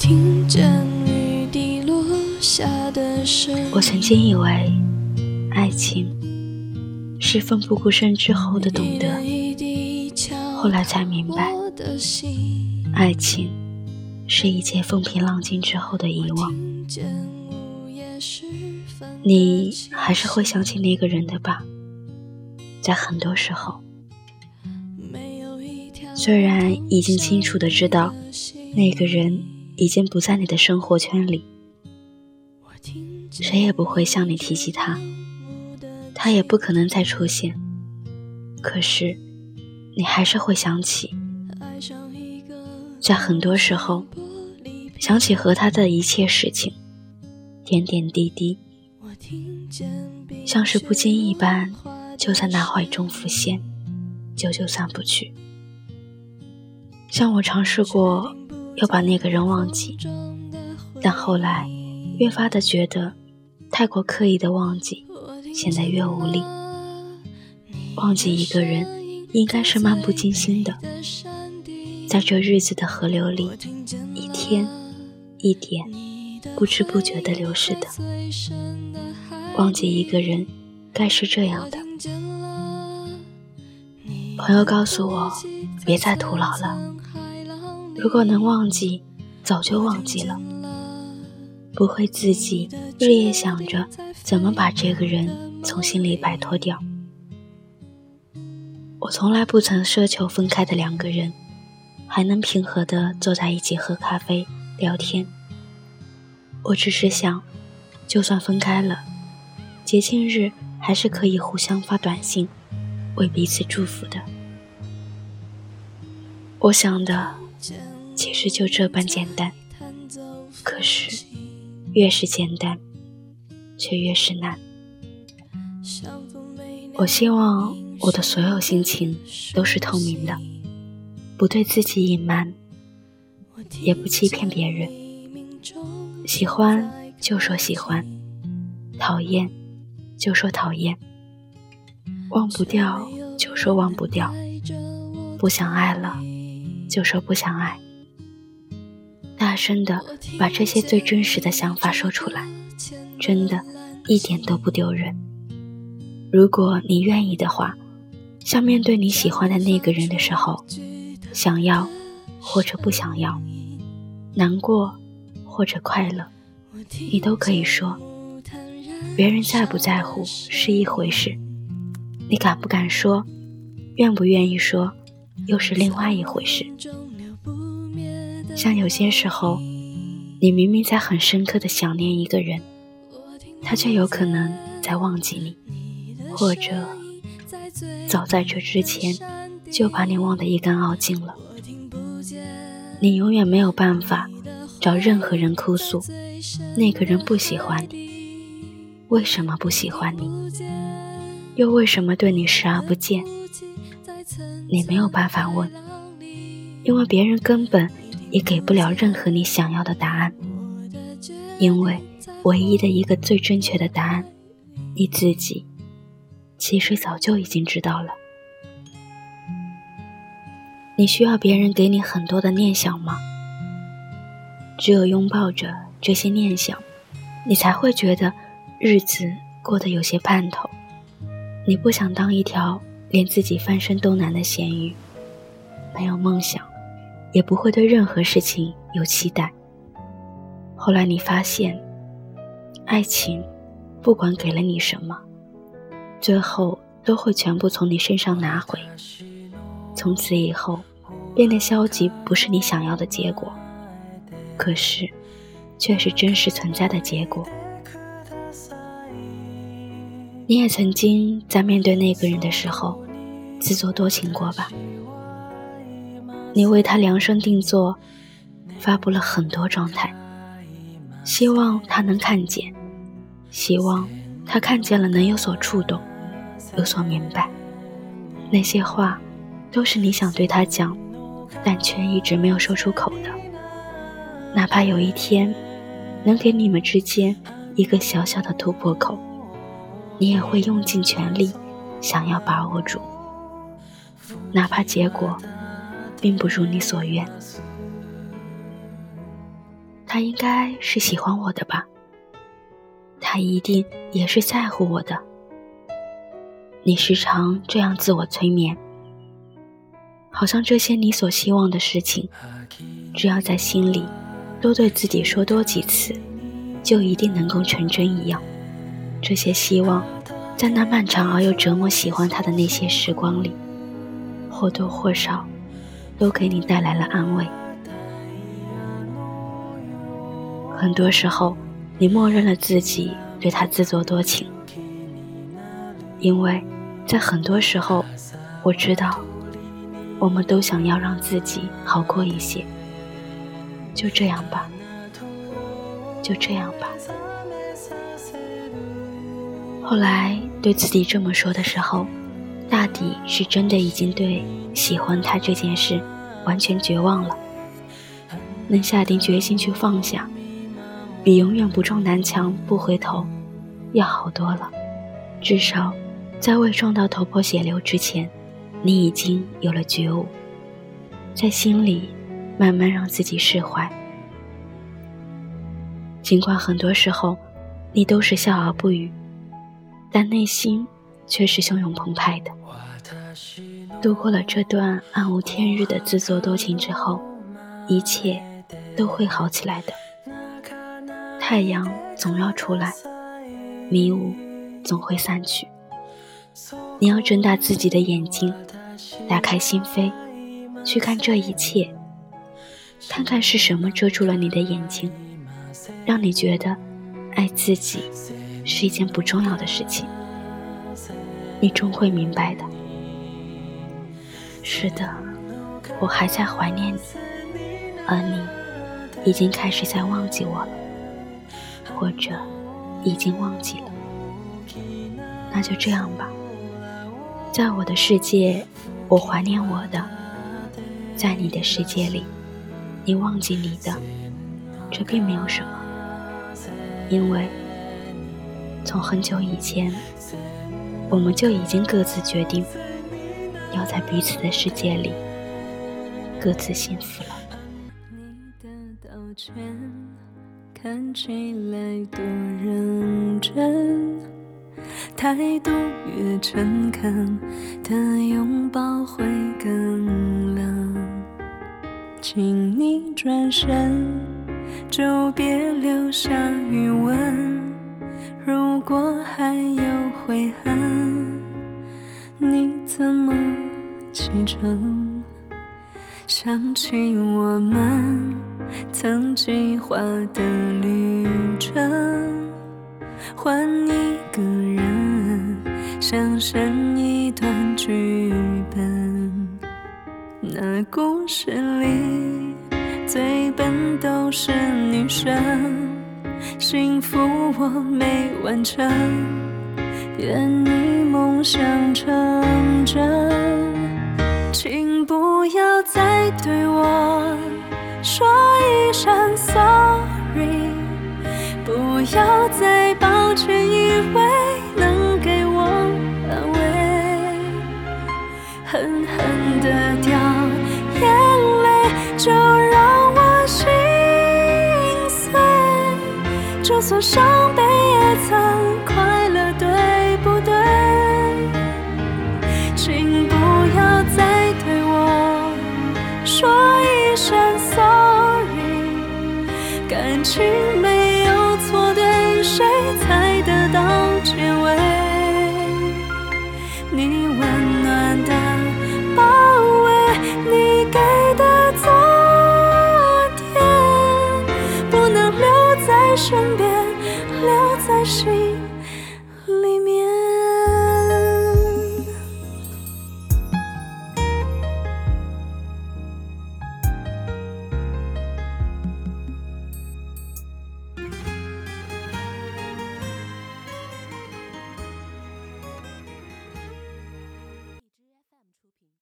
听见雨滴落下的声音。 我曾经以为爱情是奋不顾身之后的懂得，后来才明白，爱情是一切风平浪静之后的遗忘。你还是会想起那个人的吧，在很多时候，虽然已经清楚地知道那个人已经不在你的生活圈里，谁也不会向你提起他，他也不可能再出现，可是你还是会想起，在很多时候想起和他的一切事情，点点滴滴，像是不经意般就在脑海中浮现，久久散不去。像我尝试过要把那个人忘记，但后来越发的觉得太过刻意的忘记显得越无力。忘记一个人应该是漫不经心的，在这日子的河流里，一天一点不知不觉地流逝的。忘记一个人该是这样的。朋友告诉我别再徒劳了，如果能忘记早就忘记了，不会自己日夜想着怎么把这个人从心里摆脱掉。我从来不曾奢求分开的两个人还能平和地坐在一起喝咖啡聊天，我只是想，就算分开了，节庆日还是可以互相发短信，为彼此祝福的。我想的其实就这般简单，可是越是简单却越是难。我希望我的所有心情都是透明的，不对自己隐瞒，也不欺骗别人。喜欢就说喜欢，讨厌就说讨厌，忘不掉就说忘不掉，不想爱了就说不想爱。大声地把这些最真实的想法说出来，真的一点都不丢人。如果你愿意的话，像面对你喜欢的那个人的时候，想要或者不想要，难过或者快乐，你都可以说。别人在不在乎是一回事，你敢不敢说，愿不愿意说，又是另外一回事。像有些时候，你明明在很深刻的想念一个人，他却有可能在忘记你，或者早在这之前就把你忘得一干二净了。你永远没有办法找任何人哭诉，那个人不喜欢你，为什么不喜欢你，又为什么对你视而不见？你没有办法问，因为别人根本也给不了任何你想要的答案，因为唯一的一个最正确的答案，你自己其实早就已经知道了。你需要别人给你很多的念想吗？只有拥抱着这些念想，你才会觉得日子过得有些盼头。你不想当一条连自己翻身都难的咸鱼，没有梦想，也不会对任何事情有期待。后来你发现，爱情不管给了你什么，最后都会全部从你身上拿回。从此以后，变得消极不是你想要的结果，可是却是真实存在的结果。你也曾经在面对那个人的时候自作多情过吧？你为他量身定做，发布了很多状态，希望他能看见，希望他看见了能有所触动，有所明白。那些话都是你想对他讲，但却一直没有说出口的。哪怕有一天能给你们之间一个小小的突破口，你也会用尽全力想要把握住，哪怕结果并不如你所愿。 他应该是喜欢我的吧，他一定也是在乎我的。你时常这样自我催眠，好像这些你所希望的事情，只要在心里多对自己说多几次，就一定能够成真一样。这些希望在那漫长而又折磨喜欢他的那些时光里，或多或少都给你带来了安慰。很多时候你默认了自己对他自作多情，因为在很多时候我知道我们都想要让自己好过一些。就这样吧，就这样吧。后来对自己这么说的时候，大抵是真的已经对喜欢他这件事完全绝望了，能下定决心去放下，比永远不撞南墙不回头要好多了。至少在未撞到头破血流之前，你已经有了觉悟，在心里慢慢让自己释怀。尽管很多时候你都是笑而不语，但内心却是汹涌澎湃的。度过了这段暗无天日的自作多情之后，一切都会好起来的。太阳总要出来，迷雾总会散去。你要睁大自己的眼睛，打开心扉，去看这一切，看看是什么遮住了你的眼睛，让你觉得爱自己是一件不重要的事情。你终会明白的。是的，我还在怀念你，而你已经开始在忘记我了，或者已经忘记了。那就这样吧，在我的世界我怀念我的，在你的世界里你忘记你的，这并没有什么。因为从很久以前我们就已经各自决定要在彼此的世界里各自幸福了。 你的道歉看起来多认真，态度越诚恳的拥抱会更冷。请你转身，就别留下余温，如果还有悔恨，你怎么启程？想起我们曾计划的旅程，换一个人想象一段剧本。那故事里最笨都是女生，幸福我没完成，愿你梦想成真。请不要再对我说一声 sorry， 不要再抱歉以为能给我安慰，狠狠地掉眼泪就让我心碎，就算伤悲也曾快乐，对不对？请不要再对我说一声 sorry， 感情没有错对，谁才得到结尾？你温暖的包围，你给的昨天不能留在身边，